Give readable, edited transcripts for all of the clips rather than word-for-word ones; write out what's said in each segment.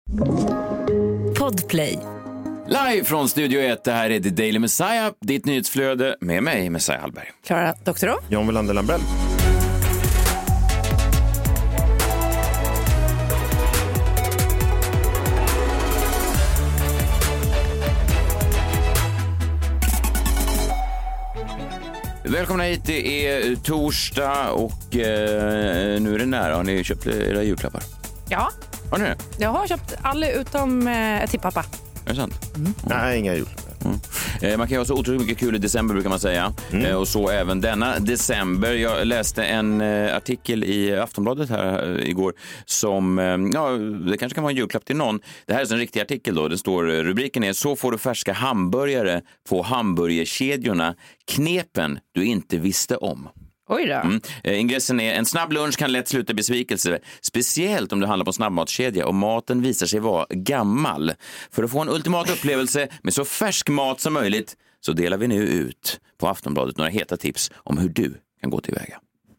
Podplay. Live från Studio 1, det här är The Daily Messiah, ditt nyhetsflöde med mig, Messiah Hallberg. Klara Doktorow. John Wilander Lambrell. Välkomna hit, det är torsdag och nu är det nära. Har ni köpt era julklappar? Ja. Har ni det? Jag har köpt alla utom till pappa. Är det sant? Nej, inga julklappar. Man kan ju ha så otroligt mycket kul i december brukar man säga. Och så även denna december. Jag läste en artikel i Aftonbladet här igår som, det kanske kan vara en julklapp till någon. Det här är en riktig artikel då. Det står, rubriken är: så får du färska hamburgare på hamburgerkedjorna. Knepen du inte visste om. Oj då. Ingressen är: en snabb lunch kan lätt sluta besvikelse, speciellt om du handlar på snabbmatskedja och maten visar sig vara gammal. För att få en ultimat upplevelse med så färsk mat som möjligt så delar vi nu ut på Aftonbladet några heta tips om hur du kan gå tillväga.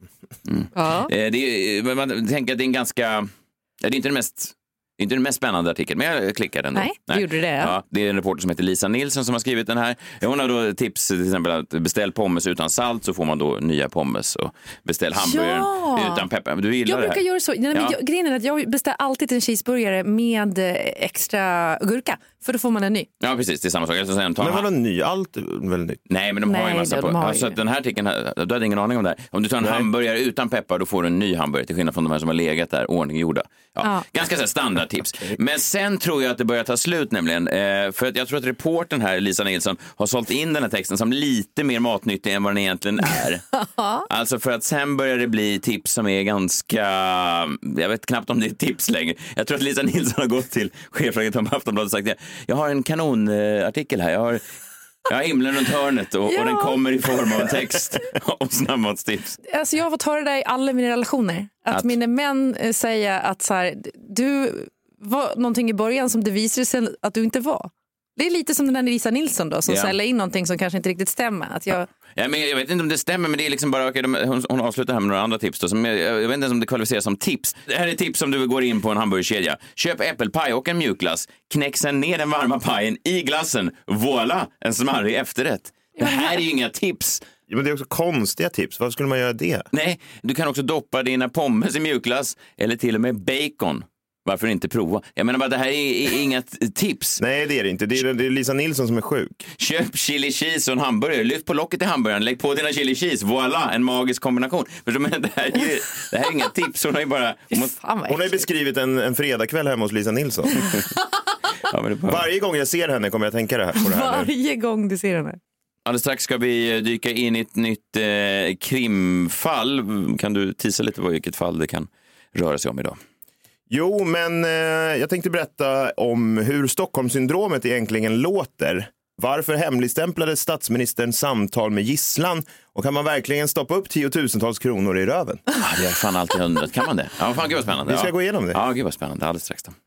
Ja. Man tänker att det är en ganska... Det är inte den mest spännande artikeln, men jag klickade ändå. Nej, gjorde det. Ja, det är en reporter som heter Lisa Nilsson som har skrivit den här. Hon har då tips till exempel att beställ pommes utan salt så får man då nya pommes, och beställ hamburgaren utan peppar. Du gillar jag brukar göra så. Grejen är att jag beställer alltid en cheeseburgare med extra gurka, för då får man en ny. Ja, precis. Det är samma sak. Men vadå ny? Allt är väl nytt? Nej, men de har ju massa på. Alltså den här artikeln, du hade ingen aning om det här. Om du tar en hamburgare utan peppar, då får du en ny hamburgare, till skillnad från de här som har legat där ordninggjorda. Ja. Ganska så här standardtips. Men sen tror jag att det börjar ta slut nämligen. För att jag tror att reportern här, Lisa Nilsson, har sålt in den här texten som lite mer matnyttig än vad den egentligen är. Alltså för att sen börjar det bli tips som är ganska... Jag vet knappt om det är tips längre. Jag tror att Lisa Nilsson har gått till chefredaktören på Aftonbladet och sagt: jag har en kanonartikel här. Jag har himlen runt hörnet och den kommer i form av en text om snabbmatstips. Alltså jag har fått höra det i alla mina relationer. Att mina män säger att så här, du var någonting i början som det visade sig att du inte var. Det är lite som den där Lisa Nilsson då, som säljer in någonting som kanske inte riktigt stämmer. Att jag vet inte om det stämmer, men det är liksom bara hon avslutar här med några andra tips då, som jag vet inte ens om det kvalificeras som tips. Det här är tips om du går in på en hamburgerkedja. Köp äppelpaj och en mjukglass. Knäck sen ner den varma pajen i glassen. Voilà, en smarrig efterrätt. Det här är ju inga tips. Ja, men det är också konstiga tips. Varför skulle man göra det? Nej, du kan också doppa dina pommes i mjukglass eller till och med bacon. Varför inte prova? Jag menar bara, det här är inga tips. Nej, det är det inte. Det är Lisa Nilsson som är sjuk. Köp chili cheese och en hamburgare. Lyft på locket i hamburgaren. Lägg på dina chili cheese. Voilà, en magisk kombination. Förstår du, men det här är inga tips. Hon har ju bara... Hon har ju beskrivit en fredagkväll hemma hos Lisa Nilsson. Varje gång jag ser henne kommer jag tänka på det här. Varje gång du ser henne. Alldeles strax ska vi dyka in i ett nytt krimfall. Kan du tisa lite vad vilket fall det kan röra sig om idag? Jo, men jag tänkte berätta om hur Stockholmssyndromet egentligen låter. Varför hemligstämplade statsministern samtal med gisslan? Och kan man verkligen stoppa upp 10,000-tals kronor i röven? Ja, det är fan alltid undrat. Kan man det? Ja, fan, gud vad spännande. Vi ska gå igenom det. Ja, gud vad spännande. Alldeles strax då.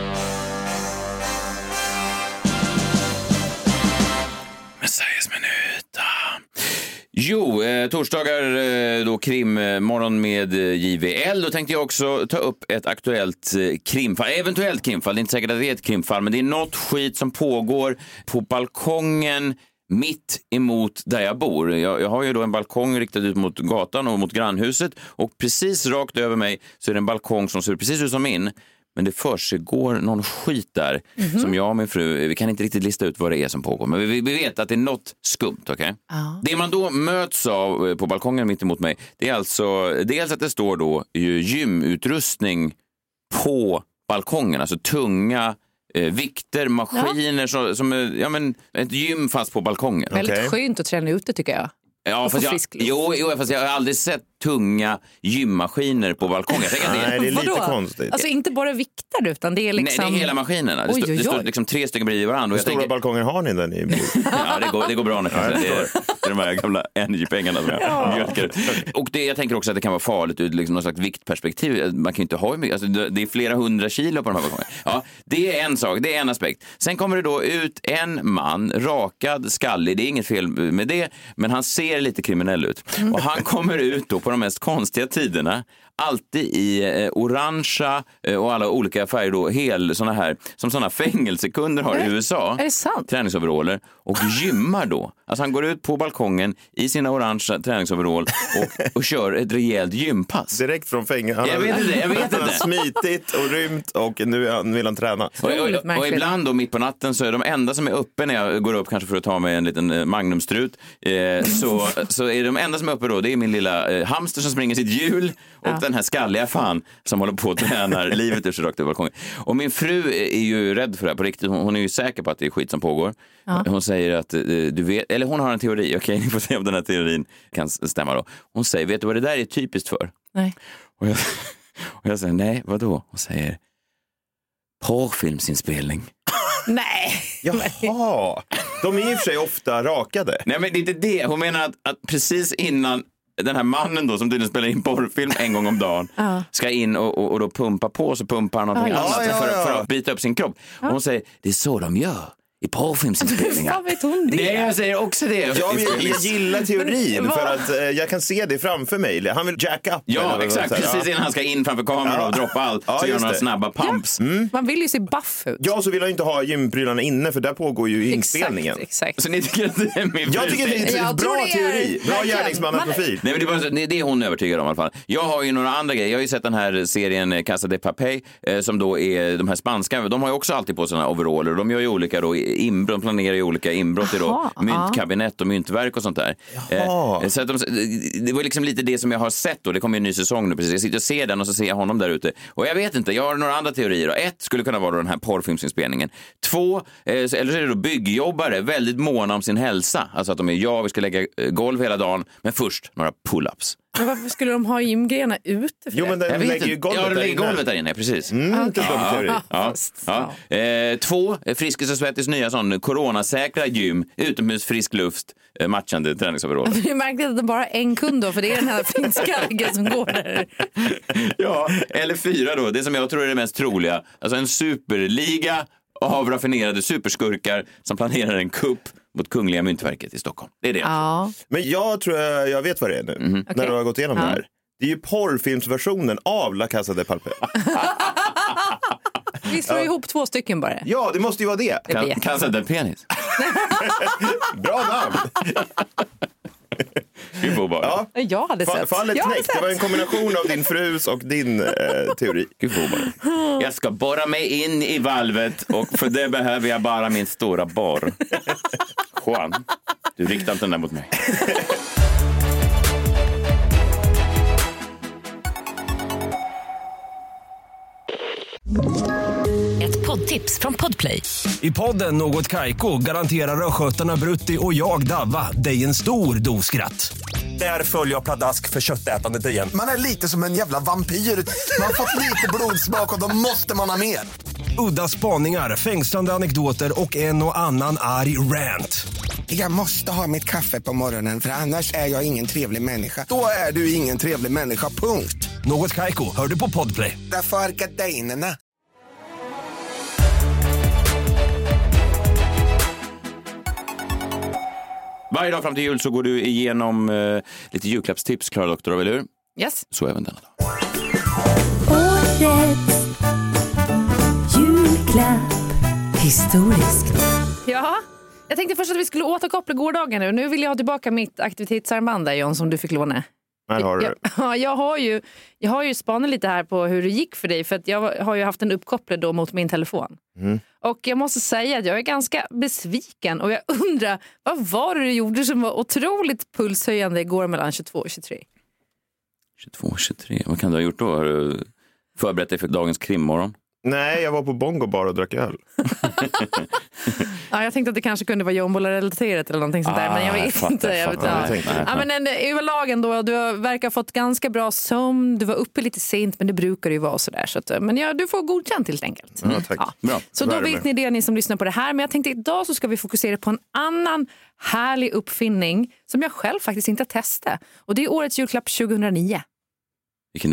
Messiahs minuta. Jo, torsdagar då krimmorgon med JVL. Då tänkte jag också ta upp ett aktuellt krimfall. Eventuellt krimfall, det är inte säkert att det är ett krimfall, men det är något skit som pågår på balkongen mitt emot där jag bor. Jag har ju då en balkong riktad ut mot gatan och mot grannhuset, och precis rakt över mig så är det en balkong som ser precis ut som min. Men det försiggår någon skit där som jag och min fru, vi kan inte riktigt lista ut vad det är som pågår. Men vi vet att det är något skumt, okej? Det man då möts av på balkongen mitt emot mig, det är alltså dels att det står då gymutrustning på balkongen. Alltså tunga vikter, maskiner som ett gym fast på balkongen. Väldigt skönt att träna ute tycker jag. Ja, fast jag har aldrig sett tunga gymmaskiner på balkongen. Nej, det är lite konstigt. Alltså inte bara vikter utan det är liksom... Nej, det är hela maskinerna. Det står liksom 3 stycken bredvid varandra. Hur stora balkonger har ni där ni bor? Ja, det går bra nu. Det är de här gamla energipengarna som jag mjölkar. Och jag tänker också att det kan vara farligt ur liksom någon slags viktperspektiv. Man kan ju inte ha mycket. Alltså, det är flera 100 kilo på de här balkongerna. Ja, det är en sak, det är en aspekt. Sen kommer det då ut en man, rakad, skallig. Det är inget fel med det, men han ser lite kriminell ut. Och han kommer ut då på de mest konstiga tiderna. alltid i orangea och alla olika färger då, såna här, som såna fängelsekunder har i USA. Är det sant? Träningsoveraller och gymmar då. Alltså han går ut på balkongen i sina orangea träningsoverall och kör ett rejält gympass. Direkt från fängelset. Jag vet inte. Han har smitit och rymt och nu vill han träna. Och ibland då mitt på natten så är de enda som är uppe när jag går upp kanske för att ta mig en liten magnumstrut så är de enda som är uppe då, det är min lilla hamster som springer sitt hjul och den här skalliga fan som håller på och tränar livet ur sig rakt över balkongen. Och min fru är ju rädd för det här på riktigt. Hon är ju säker på att det är skit som pågår. Hon säger att du vet, eller hon har en teori, okej, ni får se om den här teorin kan stämma då. Hon säger, vet du vad det där är typiskt för? Nej. Och jag säger, nej, vadå? Hon säger, porrfilmsinspelning. Nej. Jaha, de är i och för sig ofta rakade. Nej, men det är inte det. Hon menar att precis innan den här mannen då som tydligen spelar in porrfilm en gång om dagen ska in och då pumpa på, så pumpar han någonting annat för att byta upp sin kropp. Och hon säger, det är så de gör i porrfilmsinspelningar. Vad vet hon det? Nej, jag säger också det. Jag gillar teorin för att jag kan se det framför mig. Han vill jack up. Ja, exakt. Precis innan han ska in framför kameran och droppa allt så gör några snabba pumps. Man vill ju se buff ut. Ja, så vill han inte ha gymprylarna inne för där pågår ju inspelningen. Exakt. Så ni tycker att det är min Jag tycker det är en bra teori. Bra gärningsmannaprofil. Nej, men det är hon övertygad om i alla fall. Jag har ju några andra grejer. Jag har ju sett den här serien Casa de Papel som då är de här spanska. De har ju också alltid på sådana overaller. De gör ju olika då de planerar ju olika inbrott i då myntkabinett och myntverk och sånt där. Så att det var liksom lite det som jag har sett då. Det kommer ju en ny säsong nu precis. Jag sitter och ser den och så ser jag honom där ute. Och jag vet inte, jag har några andra teorier då. 1 skulle kunna vara då den här porrfilmsinspelningen. 2, eller så är det då byggjobbare väldigt måna om sin hälsa. Alltså att de är, vi ska lägga golv hela dagen, men först några pull-ups. Men varför skulle de ha gymgrejerna ute för det? Jo, men den lägger ju golvet där inne, precis. Okay. 2, Friskis och Svettis nya sån coronasäkra gym, utomhus, frisk luft, matchande träningsoverall. Det är märkligt att det bara är en kund då, för det är den här finska som går där. Ja, eller 4 då, det som jag tror är det mest troliga. Alltså en superliga av raffinerade superskurkar som planerar en kupp mot Kungliga Myntverket i Stockholm. Det är det. Ja. Men jag tror jag vet vad det är nu, när du har gått igenom det här. Det är ju porrfilmsversionen av La Casa de Papel. Vi slår ihop 2 stycken bara. Ja, det måste ju vara det. Casa de Penis. Bra namn. Vi får bara. Ja. Jag hade sett. Fallet knäckt. Det var en kombination av din frus och din teori. Gud får bara. Jag ska borra mig in i valvet och för det behöver jag bara min stora borr. Juan, du riktar inte den där mot mig. Ett poddtips från Podplay. I podden Något Kaiko garanterar röskötarna Brutti och jag Davva dig en stor doskratt. Där följer jag pladask för köttätandet igen. Man är lite som en jävla vampyr. Man har fått lite blodsmak och då måste man ha mer. Udda spaningar, fängslande anekdoter och en och annan arg rant. Jag måste ha mitt kaffe på morgonen för annars är jag ingen trevlig människa. Då är du ingen trevlig människa, punkt. Något Kaiko, hör du på Podplay. Därför är gardinerna. Varje dag fram till jul så går du igenom lite julklappstips, Klara Doktor, eller hur? Yes. Så även denna dag. Årets julklapp historiskt. Ja, jag tänkte först att vi skulle återkoppla gårdagen nu. Nu vill jag ha tillbaka mitt aktivitetsarmband där, John, som du fick låna. Här har du. Jag har ju spanat lite här på hur det gick för dig, för att jag har ju haft en uppkoppling då mot min telefon. Och jag måste säga att jag är ganska besviken och jag undrar, vad var det du gjorde som var otroligt pulshöjande igår mellan 22 och 23? 22 och 23, vad kan du ha gjort då? Har du förberett dig för dagens krimmorgon? Nej, jag var på Bongo bar och drack öl. Ja, jag tänkte att det kanske kunde vara jombola-relaterat eller någonting sånt där, men jag vet inte. Men överlag ändå, du verkar ha fått ganska bra sömn, du var uppe lite sent, men det brukar ju vara sådär. Så att, men ja, du får godkänt helt enkelt. Tack. Ja. Bra. Så då vet ni det, ni som lyssnar på det här. Men jag tänkte idag så ska vi fokusera på en annan härlig uppfinning som jag själv faktiskt inte har testat. Och det är årets julklapp 2009. Vilken är det?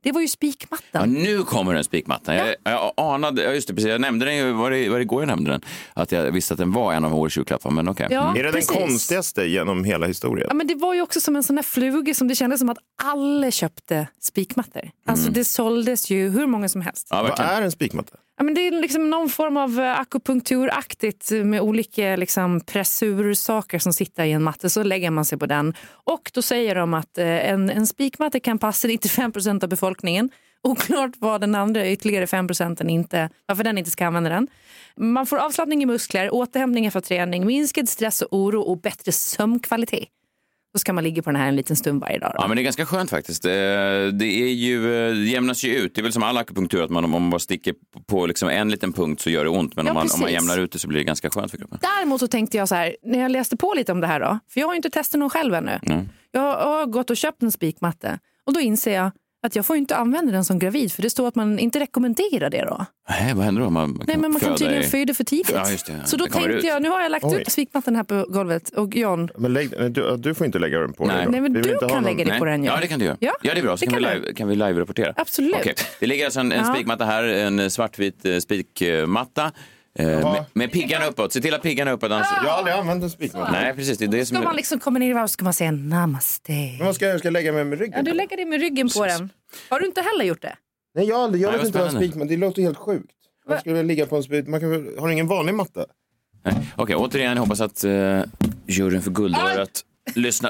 Det var ju spikmattan. Ja, nu kommer en spikmatta. Jag anade, just det, precis. Jag nämnde den ju, var det igår jag nämnde den. Att jag visste att den var en av årets julklappar, men okej. Ja, Är det precis. den konstigaste genom hela historien? Ja, men det var ju också som en sån här fluga som det kändes som att alla köpte spikmattor. Alltså det såldes ju hur många som helst. Ja, Vad verkligen. är en spikmatta? Ja, men det är liksom någon form av akupunkturaktigt med olika liksom pressursaker som sitter i en matta. Så lägger man sig på den. Och då säger de att en spikmatta kan passa 95% av befolkningen. Oklart vad den andra ytterligare 5% inte, varför den inte ska använda den. Man får avslappning i muskler, återhämtning efter träning, minskad stress och oro och bättre sömnkvalitet. Då ska man ligga på den här en liten stund varje dag. Då. Ja, men det är ganska skönt faktiskt. Det är ju, jämnas ju ut. Det är väl som all akupunktur att om man bara sticker på liksom en liten punkt så gör det ont. Men om man jämnar ut det så blir det ganska skönt för kroppen. Däremot så tänkte jag så här, när jag läste på lite om det här då. För jag har ju inte testat någon själv ännu. Jag har gått och köpt en spikmatta. Och då inser jag att jag får inte använda den som gravid. För det står att man inte rekommenderar det då. Nej, vad händer då? Man kan tydligen föda för tidigt. Ja, just det. Så då tänkte jag, nu har jag lagt ut spikmattan här på golvet. Och John... Men du får inte lägga den på dig då. Nej, men Vi vill du inte ha kan någon- lägga det på den. Ja, det kan du göra. Ja, det är bra. Så kan vi live-rapportera. Absolut. Okej. Det ligger alltså en spikmatta här, en svartvit spikmatta. Med piggarna uppåt. Se till att piggarna uppåt. Jag har aldrig använt en spikmatta. Nej, precis. Det är det som Ska man liksom komma ner i varv så ska man säga namaste. Men vad ska jag lägga mig med ryggen? Ja, du lägger dig med ryggen på den. Har du inte heller gjort det? Nej, jag vet vad inte vad en spännande. spikmatta. Det låter helt sjukt. Man skulle ligga på en spik. Har ingen vanlig matta? Okej, återigen, jag hoppas att juryn för Guldörat lyssnar.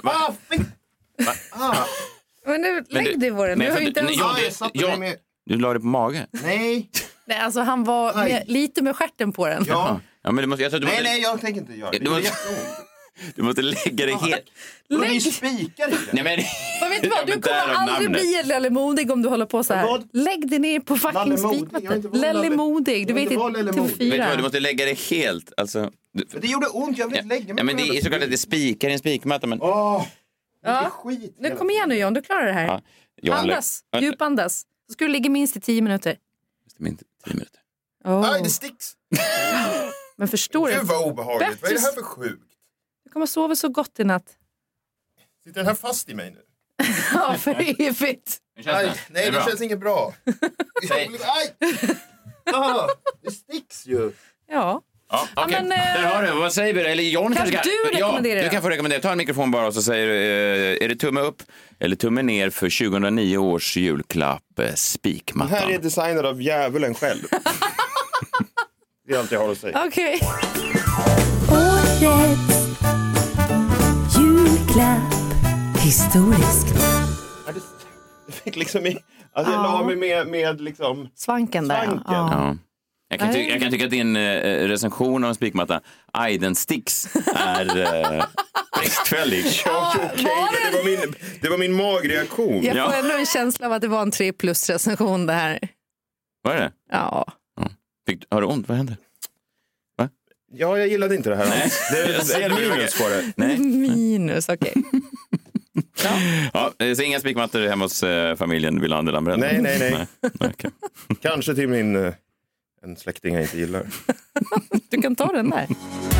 Men nu, lägg dig på den. Du har ju inte ens... Du la det på mage. Nej. Nej, alltså han var lite med stjärten på den. Ja. Ja, men du måste, jag tror att du måste, Nej, jag tänker inte göra det. Det är jätteont. du måste lägga det helt... Det är spikar i det. Nej, men... Men vet du vad, du men kommer därav aldrig namnet. bli lellemodig om du håller på så här. Vad? Lägg dig ner på fucking Lallemodig? Jag vill spikmatta. inte vara Lellemodig, du jag vill vet inte vara inte lellemodig. Vet du vad, du TV4. måste lägga det helt. Alltså, Det gjorde ont, jag vill inte lägga mig. ja, men det är såklart att det spikar i en spikmatta, men... Åh, det är Ja. skit. Nu kom igen nu John, du klarar det här. Ja, jag Andas, djupandas. Så ska du ligga minst i 10 minuter. Inte 10 minuter. Aj, det sticks. Men förstår Gud du? vad obehagligt. Bättre- Vad är det här för sjukt? Du kommer sova så gott i natt. Sitter den här fast i mig nu? Ja, för evigt. Aj, nej, det känns inget bra. Aj! Det sticks ju. Ja. Ja, okej. men, Där har du. Vad säger vi? Eller John Kan kanske du rekommendera Ja, det? du kan få rekommendera. Ta en mikrofon bara och så säger du, är det tumme upp eller tumme ner för 2009 års julklapp spikmattan? Den här är designad av djävulen själv. Det är allt jag har att säga. Okej. Årets julklapp. Historiskt. Jag fick liksom jag la mig med liksom... Svanken där. Svanken. Ja. Ja. Jag kan tycka att din recension av en spikmatta, aj den sticks, är bristfällig. Det var min magreaktion. Jag Ja. får ändå en känsla av att det var en 3+ recension det här. Vad är det? Ja. Har du ont? Vad händer? Ja, jag gillade inte det här. Nej. Det är ett minus på det. Nej. Minus, okej. Ja, så inga spikmattor hemma hos familjen Wilander-Lambrell? Nej. Okay. Kanske till en släkting jag inte gillar. Du kan ta den där.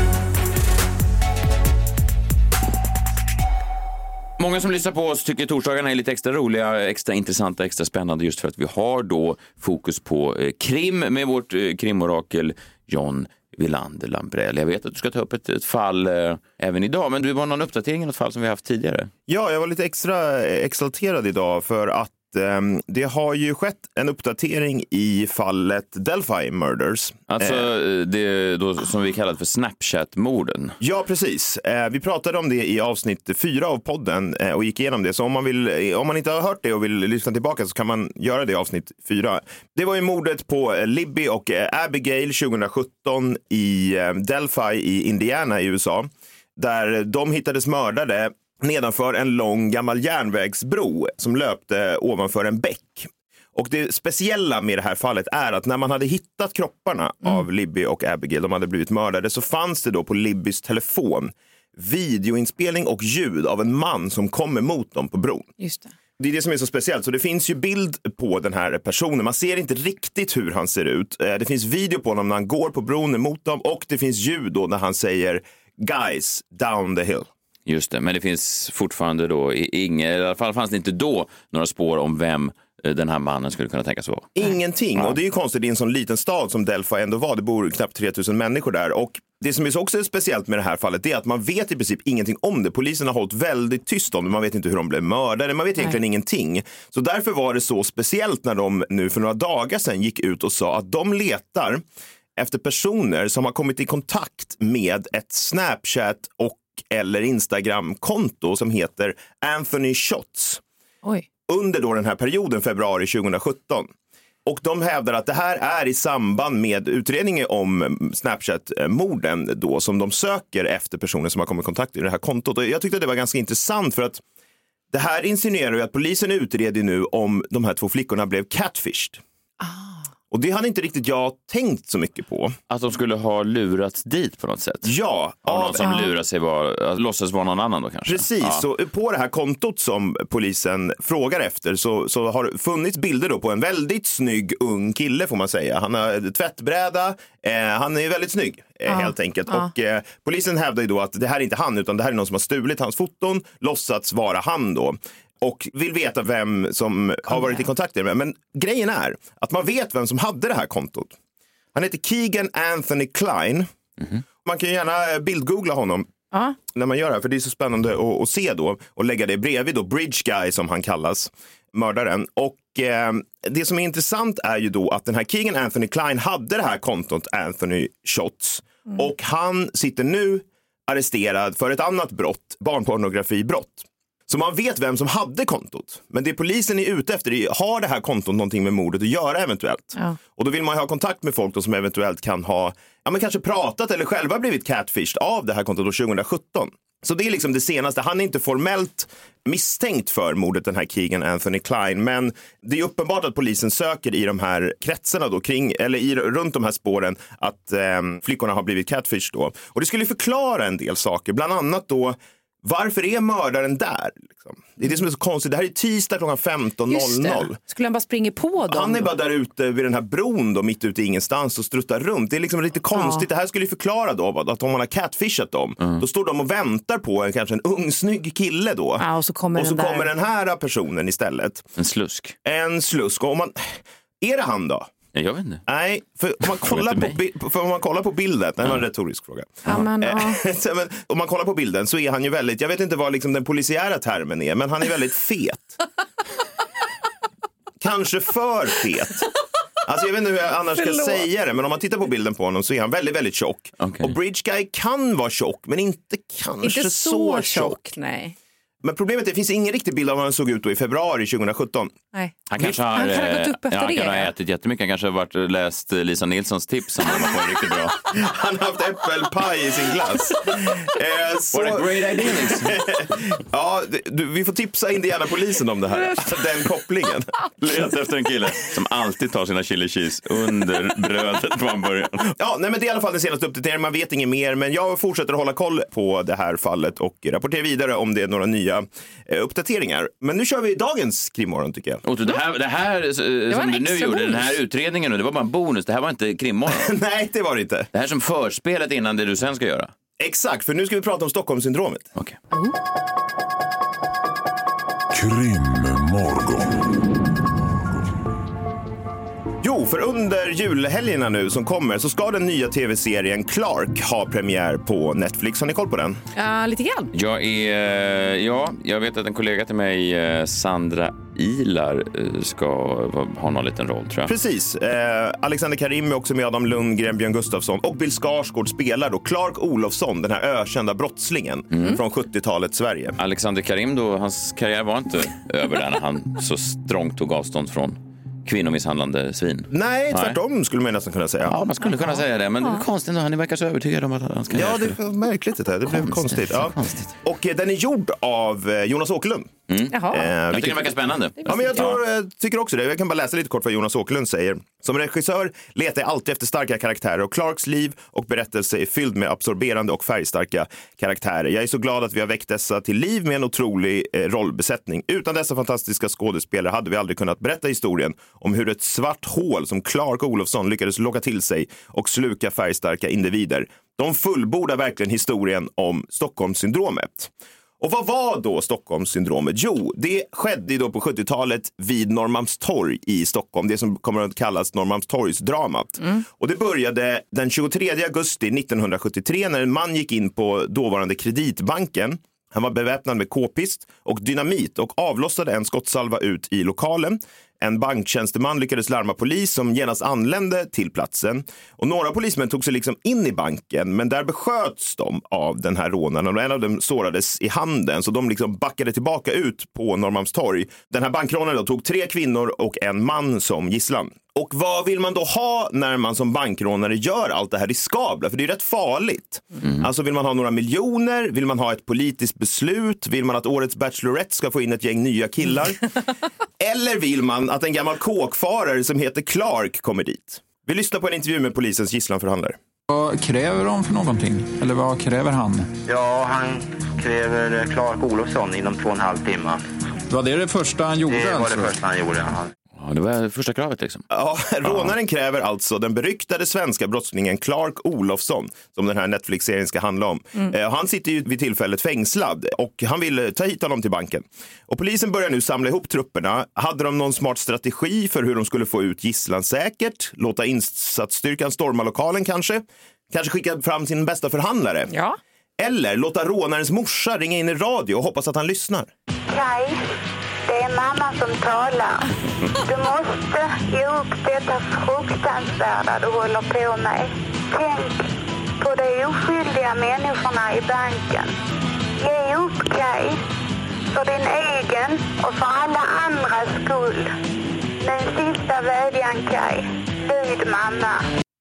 Många som lyssnar på oss tycker torsdagarna är lite extra roliga, extra intressanta, extra spännande just för att vi har då fokus på krim med vårt krimorakel John Wilander-Lambrell. Jag vet att du ska ta upp ett fall även idag, men du var någon uppdatering i något fall som vi haft tidigare? Ja, jag var lite extra exalterad idag för att det har ju skett en uppdatering i fallet Delphi Murders. Alltså det då, som vi kallar för Snapchat-morden. Ja, precis. Vi pratade om det i avsnitt 4 av podden och gick igenom det. Så om man inte har hört det och vill lyssna tillbaka så kan man göra det i avsnitt 4. Det var ju mordet på Libby och Abigail 2017 i Delphi i Indiana i USA. Där de hittades mördade nedanför en lång gammal järnvägsbro som löpte ovanför en bäck. Och det speciella med det här fallet är att när man hade hittat kropparna av Libby och Abigail, de hade blivit mördade, så fanns det då på Libbys telefon videoinspelning och ljud av en man som kom emot dem på bron. Just det. Det är det som är så speciellt. Så det finns ju bild på den här personen. Man ser inte riktigt hur han ser ut. Det finns video på honom när han går på bron emot dem och det finns ljud då när han säger "Guys, down the hill". Just det, men det finns fortfarande då i alla fall fanns det inte då några spår om vem den här mannen skulle kunna tänkas vara. Ingenting, och det är ju konstigt i en sån liten stad som Delphi ändå var. Det bor knappt 3000 människor där, och det som är också speciellt med det här fallet är att man vet i princip ingenting om det. Polisen har hållit väldigt tyst om det. Man vet inte hur de blev mördade. Man vet egentligen ingenting. Så därför var det så speciellt när de nu för några dagar sedan gick ut och sa att de letar efter personer som har kommit i kontakt med ett Snapchat och eller Instagram-konto som heter Anthony Shots. Oj. Under då den här perioden, februari 2017. Och de hävdar att det här är i samband med utredningen om Snapchat-morden då, som de söker efter personer som har kommit i kontakt i det här kontot. Och jag tyckte det var ganska intressant för att det här insinuerar ju att polisen utreder nu om de här 2 flickorna blev catfished. Och det hade inte riktigt jag tänkt så mycket på. Att de skulle ha lurats dit på något sätt? Ja. Av någon som lurar sig låtsas vara någon annan då kanske? Precis, så på det här kontot som polisen frågar efter så har det funnits bilder då på en väldigt snygg ung kille får man säga. Han har tvättbräda, han är väldigt snygg helt enkelt. Och polisen hävdar ju då att det här är inte han utan det här är någon som har stulit hans foton, låtsats vara han då. Och vill veta vem som har varit i kontakt med. Men grejen är att man vet vem som hade det här kontot. Han heter Keegan Anthony Klein. Man kan gärna bildgoogla honom när man gör det här. För det är så spännande att se då. Och lägga det bredvid då Bridge Guy som han kallas. Mördaren. Och det som är intressant är ju då att den här Keegan Anthony Klein hade det här kontot Anthony Shots. Och han sitter nu arresterad för ett annat brott. Barnpornografibrott. Så man vet vem som hade kontot. Men det polisen är ute efter är, har det här kontot någonting med mordet att göra eventuellt? Ja. Och då vill man ha kontakt med folk då som eventuellt kan ha men kanske pratat eller själva blivit catfished av det här kontot då 2017. Så det är liksom det senaste. Han är inte formellt misstänkt för mordet, den här Keegan Anthony Klein. Men det är uppenbart att polisen söker i de här kretsarna då, runt de här spåren att flickorna har blivit catfished då. Och det skulle förklara en del saker. Bland annat då, varför är mördaren där? Liksom? Det är det som är så konstigt. Det här är tisdag klockan 15.00. Skulle han bara springa på dem? Han är bara där ute vid den här bron då, mitt ute i ingenstans och struttar runt. Det är liksom lite konstigt. Det här skulle ju förklara då att om man har catfishat dem, då står de och väntar på kanske en ung snygg kille då. Ja, och så kommer den här personen istället. En slusk. Och är det han då? Jag vet inte. Nej, för om man kollar på bilden, det var en retorisk fråga. Men om man kollar på bilden så är han ju väldigt, jag vet inte vad liksom den polisiära termen är, men han är väldigt fet. Kanske för fet. Alltså jag vet inte hur jag annars ska säga det, men om man tittar på bilden på honom så är han väldigt, väldigt tjock. Okay. Och Bridge Guy kan vara tjock, men inte så tjock. Nej. Men problemet är att det finns ingen riktig bild av hur han såg ut då i februari 2017. Nej. Han kanske har gått upp efter det. Han har ätit jättemycket. Han kanske har läst Lisa Nilssons tips som han var riktigt bra. Han har haft äppelpaj i sin glass. What a great idea. Ja, vi får tipsa Indianapolisen om det här. Den kopplingen. Leta efter en kille som alltid tar sina chili cheese under brödet från början. Ja, nej, men det är i alla fall den senaste uppdateringen. Man vet inget mer, men jag fortsätter att hålla koll på det här fallet och rapportera vidare om det är några nya uppdateringar. Men nu kör vi dagens krimmorgon tycker jag. Och det här som du nu gjorde, den här utredningen, det var bara en bonus. Det här var inte krimmorgon. Nej, det var det inte. Det här är som förspelet innan det du sen ska göra. Exakt, för nu ska vi prata om Stockholmssyndromet. Okej. Krimmorgon. Jo, för under julhelgerna nu som kommer så ska den nya tv-serien Clark ha premiär på Netflix. Har ni koll på den? Ja, lite grann. Jag vet att en kollega till mig, Sandra Ilar, ska ha någon liten roll, tror jag. Precis. Alexander Karim är också med, Adam Lundgren, Björn Gustafsson och Bill Skarsgård spelar då Clark Olofsson, den här ökända brottslingen från 70-talets Sverige. Alexander Karim då, hans karriär var inte över där när han så strångt tog avstånd från kvinnomisshandlande svin. Nej, tvärtom skulle man nästan kunna säga. Ja, man skulle kunna säga det, men det är konstigt ändå. Han verkar så övertygad om att han ska göra det. Ja, det är märkligt det här. Det blev konstigt. Ja. Och den är gjord av Jonas Åkerlund. Jag tycker det verkar spännande. Ja, men jag tycker också det. Jag kan bara läsa lite kort vad Jonas Åkerlund säger. Som regissör letar jag alltid efter starka karaktärer och Clarks liv och berättelse är fylld med absorberande och färgstarka karaktärer. Jag är så glad att vi har väckt dessa till liv med en otrolig rollbesättning. Utan dessa fantastiska skådespelare hade vi aldrig kunnat berätta historien om hur ett svart hål som Clark Olofsson lyckades locka till sig och sluka färgstarka individer. De fullbordar verkligen historien om Stockholmssyndromet. Och vad var då Stockholmssyndromet? Jo, det skedde då på 70-talet vid Norrmalmstorg i Stockholm. Det som kommer att kallas Norrmalmstorgsdramat. Och det började den 23 augusti 1973 när en man gick in på dåvarande Kreditbanken. Han var beväpnad med k-pist och dynamit och avlossade en skottsalva ut i lokalen. En banktjänsteman lyckades larma polis som genast anlände till platsen. Och några polismän tog sig liksom in i banken, men där besköts de av den här rånaren. Och en av dem sårades i handen, så de liksom backade tillbaka ut på Norrmalmstorg. Den här bankrånaren då tog 3 kvinnor och en man som gisslan. Och vad vill man då ha när man som bankrånare gör allt det här riskabla? För det är rätt farligt. Alltså vill man ha några miljoner? Vill man ha ett politiskt beslut? Vill man att årets Bachelorette ska få in ett gäng nya killar? Eller vill man att en gammal kåkfarare som heter Clark kommer dit? Vi lyssnar på en intervju med polisens gisslanförhandlare. Vad kräver de för någonting? Eller vad kräver han? Ja, han kräver Clark Olofsson inom 2,5 timmar. Var det första han gjorde? Det var det första han gjorde, ja. Ja, det var första kravet liksom. Ja, rånaren kräver alltså den beryktade svenska brottslingen Clark Olofsson, som den här Netflix-serien ska handla om. Han sitter ju vid tillfället fängslad och han vill ta hit honom till banken. Och polisen börjar nu samla ihop trupperna. Hade de någon smart strategi för hur de skulle få ut gisslan säkert? Låta insatsstyrkan storma lokalen kanske? Kanske skicka fram sin bästa förhandlare? Ja. Eller låta rånarens morsa ringa in i radio och hoppas att han lyssnar? Nej. Det är mamma som talar. Du måste ge upp detta fruktansvärda du håller på med. Tänk på de oskyldiga människorna i banken. Ge upp, Kaj. För din egen och för alla andras skull. Men sista vädjan, Kaj. Lyd mamma.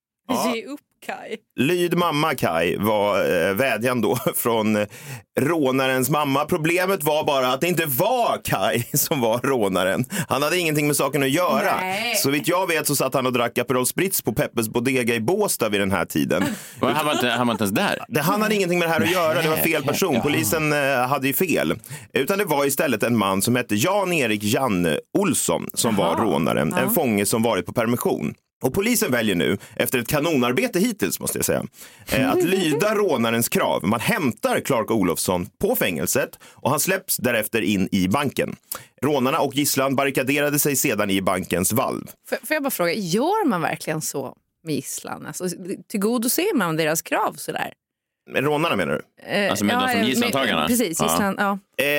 Ge upp, Kaj. Lyd mamma, Kaj, var vädjan då från rånarens mamma. Problemet var bara att det inte var Kaj som var rånaren. Han hade ingenting med saken att göra. Nej. Så vitt jag vet så satt han och drack Aperol Spritz på Peppes Bodega i Båstad vid den här tiden. Han var inte ens där. Han hade ingenting med det här att göra. Det var fel person. Polisen hade ju fel. Utan det var istället en man som hette Jan-Erik Janne Olsson som var rånaren. En fånge som varit på permission. Och polisen väljer nu, efter ett kanonarbete hittills måste jag säga, att lyda rånarens krav. Man hämtar Clark Olofsson på fängelset och han släpps därefter in i banken. Rånarna och gisslan barrikaderade sig sedan i bankens valv. Får jag bara fråga, gör man verkligen så med gisslan? Alltså, tillgodoser man deras krav sådär? Rånarna menar du? Alltså med de som gisslantaggarna? Precis, gisslan, ja.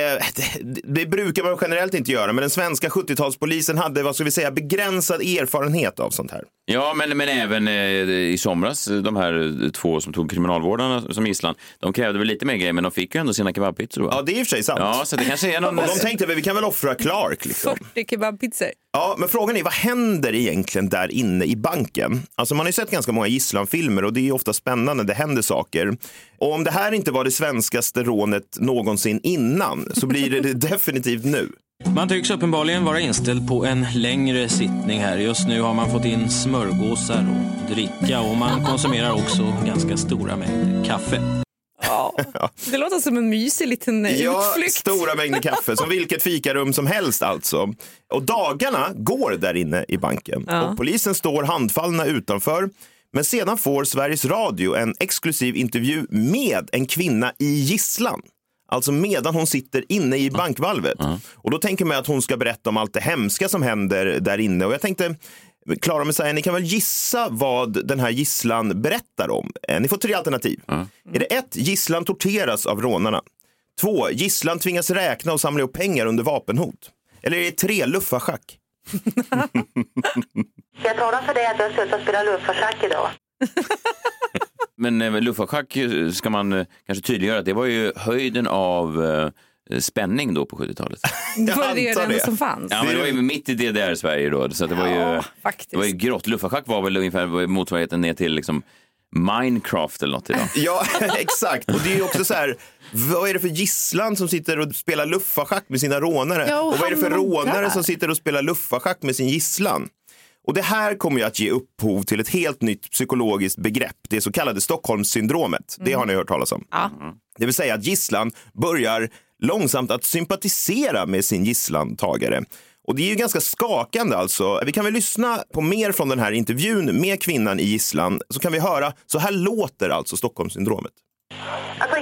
Det brukar man generellt inte göra, men den svenska 70-talspolisen hade, vad ska vi säga, begränsad erfarenhet av sånt här. Ja, men även i somras, de här 2 som tog kriminalvårdarna som gisslan, de krävde väl lite mer grejer, men de fick ju ändå sina kebabpizzor. Ja, det är i och för sig sant. Ja, så det kanske är någon... Och de tänkte vi kan väl offra Clark liksom. 40 kebabpizzor. Ja, men frågan är, vad händer egentligen där inne i banken? Alltså man har ju sett ganska många gisslanfilmer och det är ofta spännande, det händer saker. Och om det här inte var det svenskaste rånet någonsin innan så blir det definitivt nu. Man tycks uppenbarligen vara inställd på en längre sittning här. Just nu har man fått in smörgåsar och dricka och man konsumerar också ganska stora mängder kaffe. Ja, det låter som en mysig liten utflykt. Stora mängder kaffe, som vilket fikarum som helst alltså. Och dagarna går där inne i banken. Och polisen står handfallna utanför. Men sedan får Sveriges Radio en exklusiv intervju med en kvinna i gisslan. Alltså medan hon sitter inne i bankvalvet. Och då tänker man att hon ska berätta om allt det hemska som händer där inne. Och jag tänkte, Klara Messiah, ni kan väl gissa vad den här gisslan berättar om? Ni får 3 alternativ. Är det 1, gisslan torteras av rånarna? 2, gisslan tvingas räkna och samla ihop pengar under vapenhot? Eller är det 3, luffarschack? Jag talar för det att jag slutar spela luffarschack idag. Men luffarschack ska man kanske tydliggöra att det var ju höjden av spänning då på 70-talet. Det var det som fanns. Ja, men det var ju mitt i DDR-Sverige då, så att det var ju, det var ju grått. Luffarschack var väl ungefär motsvarigheten ner till liksom Minecraft eller något idag. Ja, exakt. Och det är ju också så här, vad är det för gisslan som sitter och spelar luffarschack med sina rånare? Ja, och vad är det för rånare som sitter och spelar luffarschack med sin gisslan? Och det här kommer ju att ge upphov till ett helt nytt psykologiskt begrepp, det så kallade Stockholmssyndromet. Det har ni hört talas om. Det vill säga att gisslan börjar långsamt att sympatisera med sin gisslantagare. Och det är ju ganska skakande alltså. Vi kan väl lyssna på mer från den här intervjun med kvinnan i gisslan, så kan vi höra, så här låter alltså Stockholmssyndromet. Alltså jag är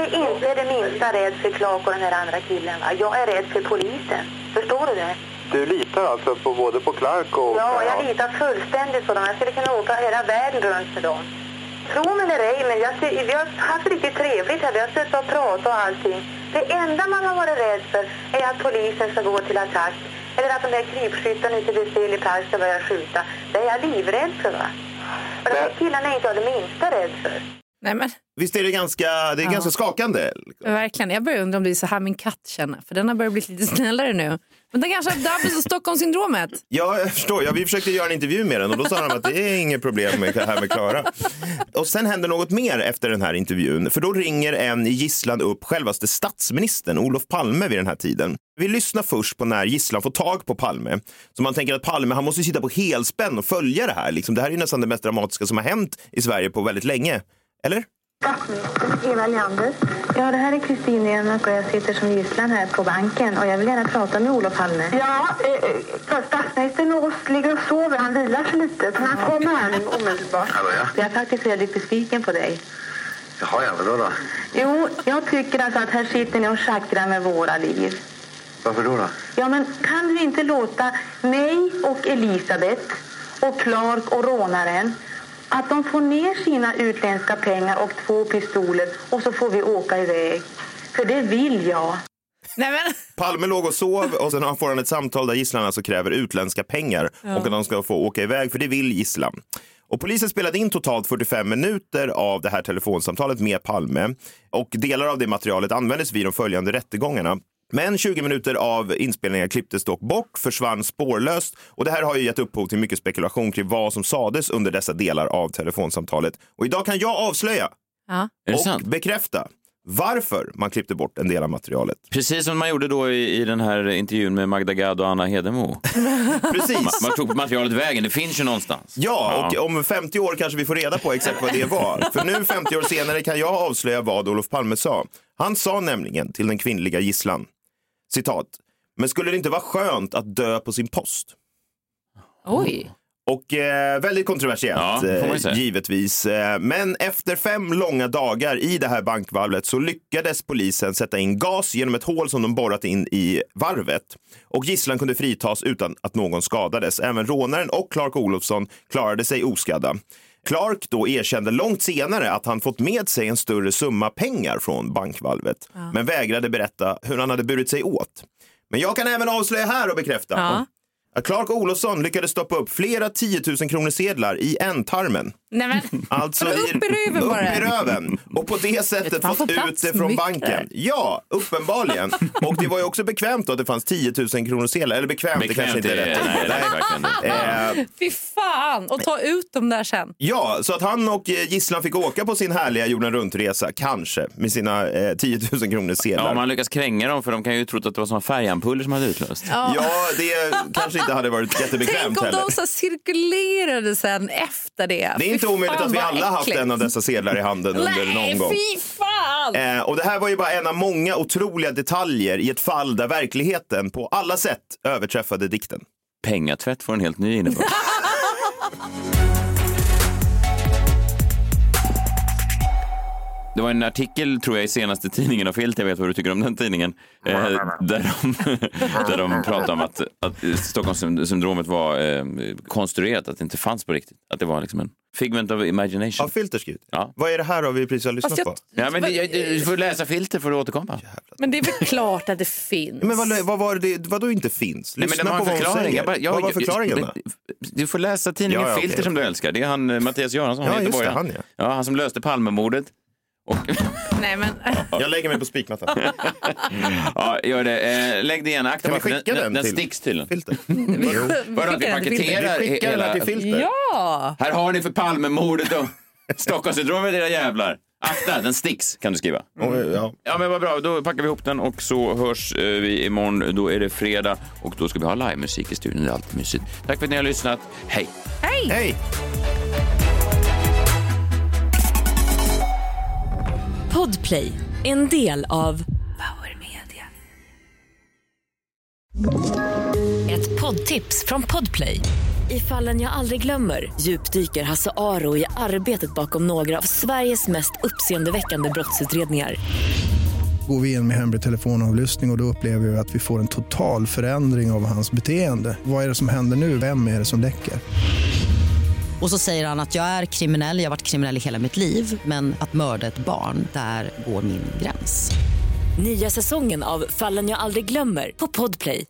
är inte det minsta rädd för Clark och den här andra killen, va? Jag är rädd för polisen. Förstår du det? Du litar alltså på både på Clark och... Ja, jag litar fullständigt på dem. Jag skulle kunna åka hela världen runt för dem. Tro mig eller ej, men vi har haft riktigt trevligt här. Vi har suttit och pratat och allting. Det enda man har varit rädd för är att polisen ska gå till attack. Eller att de där krypskyttarna ute vid Steli Park ska börja skjuta. Det är jag livrädd för, va? Och de här killarna är inte jag det minsta rädd för. Nej, men. Visst är det ganska skakande? Verkligen. Jag börjar undra om det är så här min katt känner. För den har börjat bli lite snällare nu. Men den kanske har Dabbes och Stockholmssyndromet. Ja, jag förstår. Vi försökte göra en intervju med den och då sa de att det är inget problem med det här med Klara. Och sen händer något mer efter den här intervjun. För då ringer en i gisslan upp självaste statsministern Olof Palme vid den här tiden. Vi lyssnar först på när gisslan får tag på Palme. Så man tänker att Palme, han måste sitta på helspänn och följa det här. Liksom, det här är ju nästan det mest dramatiska som har hänt i Sverige på väldigt länge. Eller? Statsminister Eva Leander. Ja, det här är Kristin Enmark och jag sitter som gisslan här på banken och jag vill gärna prata med Olof Palme. Ja, statsministern ligger och sover, han vilar sig lite så han kommer här nu omedelbart. Hallå, ja. Jag är faktiskt väldigt besviken på dig. Jaha, ja, vadå då? Jo, jag tycker alltså att här sitter ni och schackrar med våra liv. Varför då? Ja, men kan du inte låta mig och Elisabeth och Clark och rånaren att de får ner sina utländska pengar och 2 pistoler och så får vi åka iväg. För det vill jag. Nej, men. Palme låg och sov och sen får han ett samtal där gisslan alltså kräver utländska pengar och att de ska få åka iväg för det vill gisslan. Och polisen spelade in totalt 45 minuter av det här telefonsamtalet med Palme och delar av det materialet användes vid de följande rättegångarna. Men 20 minuter av inspelningar klipptes dock bort, försvann spårlöst och det här har ju gett upphov till mycket spekulation kring vad som sades under dessa delar av telefonsamtalet. Och idag kan jag avslöja och bekräfta varför man klippte bort en del av materialet. Precis som man gjorde då i den här intervjun med Magda Gad och Anna Hedemo. Precis. Man tog materialet vägen, det finns ju någonstans. Ja, och om 50 år kanske vi får reda på exakt vad det var. För nu 50 år senare kan jag avslöja vad Olof Palme sa. Han sa nämligen till den kvinnliga gisslan, citat, men skulle det inte vara skönt att dö på sin post? Oj. Och väldigt kontroversiellt, givetvis. Men efter 5 långa dagar i det här bankvalvet så lyckades polisen sätta in gas genom ett hål som de borrat in i varvet. Och gisslan kunde fritas utan att någon skadades. Även rånaren och Clark Olofsson klarade sig oskadda. Clark då erkände långt senare att han fått med sig en större summa pengar från bankvalvet. Men vägrade berätta hur han hade burit sig åt. Men jag kan även avslöja här och bekräfta att Clark Olofsson lyckades stoppa upp flera 10 000 kronor sedlar i ändtarmen. Nej, men. Alltså upp i röven. Och på det sättet fått ut det från banken. Ja, uppenbarligen. Och det var ju också bekvämt då att det fanns 10 000 kronor sedlar. Eller bekvämt, det kanske inte är rätt. Nej. Fy fan, och ta ut dem där sen. Ja, så att han och gisslan fick åka på sin härliga jorden runtresa, kanske, med sina 10 000 kronor sedlar. Ja, man lyckas kränga dem för de kan ju tro att det var såna färgampuller som hade utlöst. Ja, det kanske inte hade varit jättebekvämt heller. Tänk om de så cirkulerade sen efter det. Det är inte omöjligt att vi alla haft en av dessa sedlar i handen under någon gång. Fy fan! Och det här var ju bara en av många otroliga detaljer i ett fall där verkligheten på alla sätt överträffade dikten. Pengatvätt får en helt ny innebörd. Det var en artikel, tror jag, i senaste tidningen av Filt, jag vet vad du tycker om den tidningen, där de pratade om att Stockholmssyndromet var konstruerat, att det inte fanns på riktigt. Att det var liksom en figment of imagination. Av Filter skrivit? Ja. Vad är det här då vi precis har lyssnat på? Ja, men du får läsa Filter för att återkomma. Men det är väl klart att det finns. Men vad då inte finns? Lyssna på vad hon säger. Vad var förklaringen? Du får läsa tidningen Filter som du älskar. Det är han, Mattias Göransson. Ja, just det, han, han som löste Palmemordet. Nej, men. Jag lägger mig på spikmattan. Ja, gör det. Lägg det igen. Akta, kan vi skicka den till sticks tydligen. Filter? Bara att vi paketerar vi skickar den till Filter. Ja! Här har ni för Palmemordet och Stockholmssyndromet, era jävlar. Akta, den sticks kan du skriva. Ja, men vad bra. Då packar vi ihop den och så hörs vi imorgon. Då är det fredag och då ska vi ha livemusik i studion. Det är alltid mysigt. Tack för att ni har lyssnat. Hej! Hej! Hej! Podplay, en del av Power Media. Ett poddtips från Podplay. I Fallen jag aldrig glömmer djupdyker Hasse Aro i arbetet bakom några av Sveriges mest uppseendeväckande brottsutredningar. Går vi in med hemlig telefonavlyssning och då upplever vi att vi får en total förändring av hans beteende. Vad är det som händer nu? Vem är det som läcker? Och så säger han att jag är kriminell, jag har varit kriminell i hela mitt liv. Men att mörda ett barn, där går min gräns. Nya säsongen av Fallen jag aldrig glömmer på Podplay.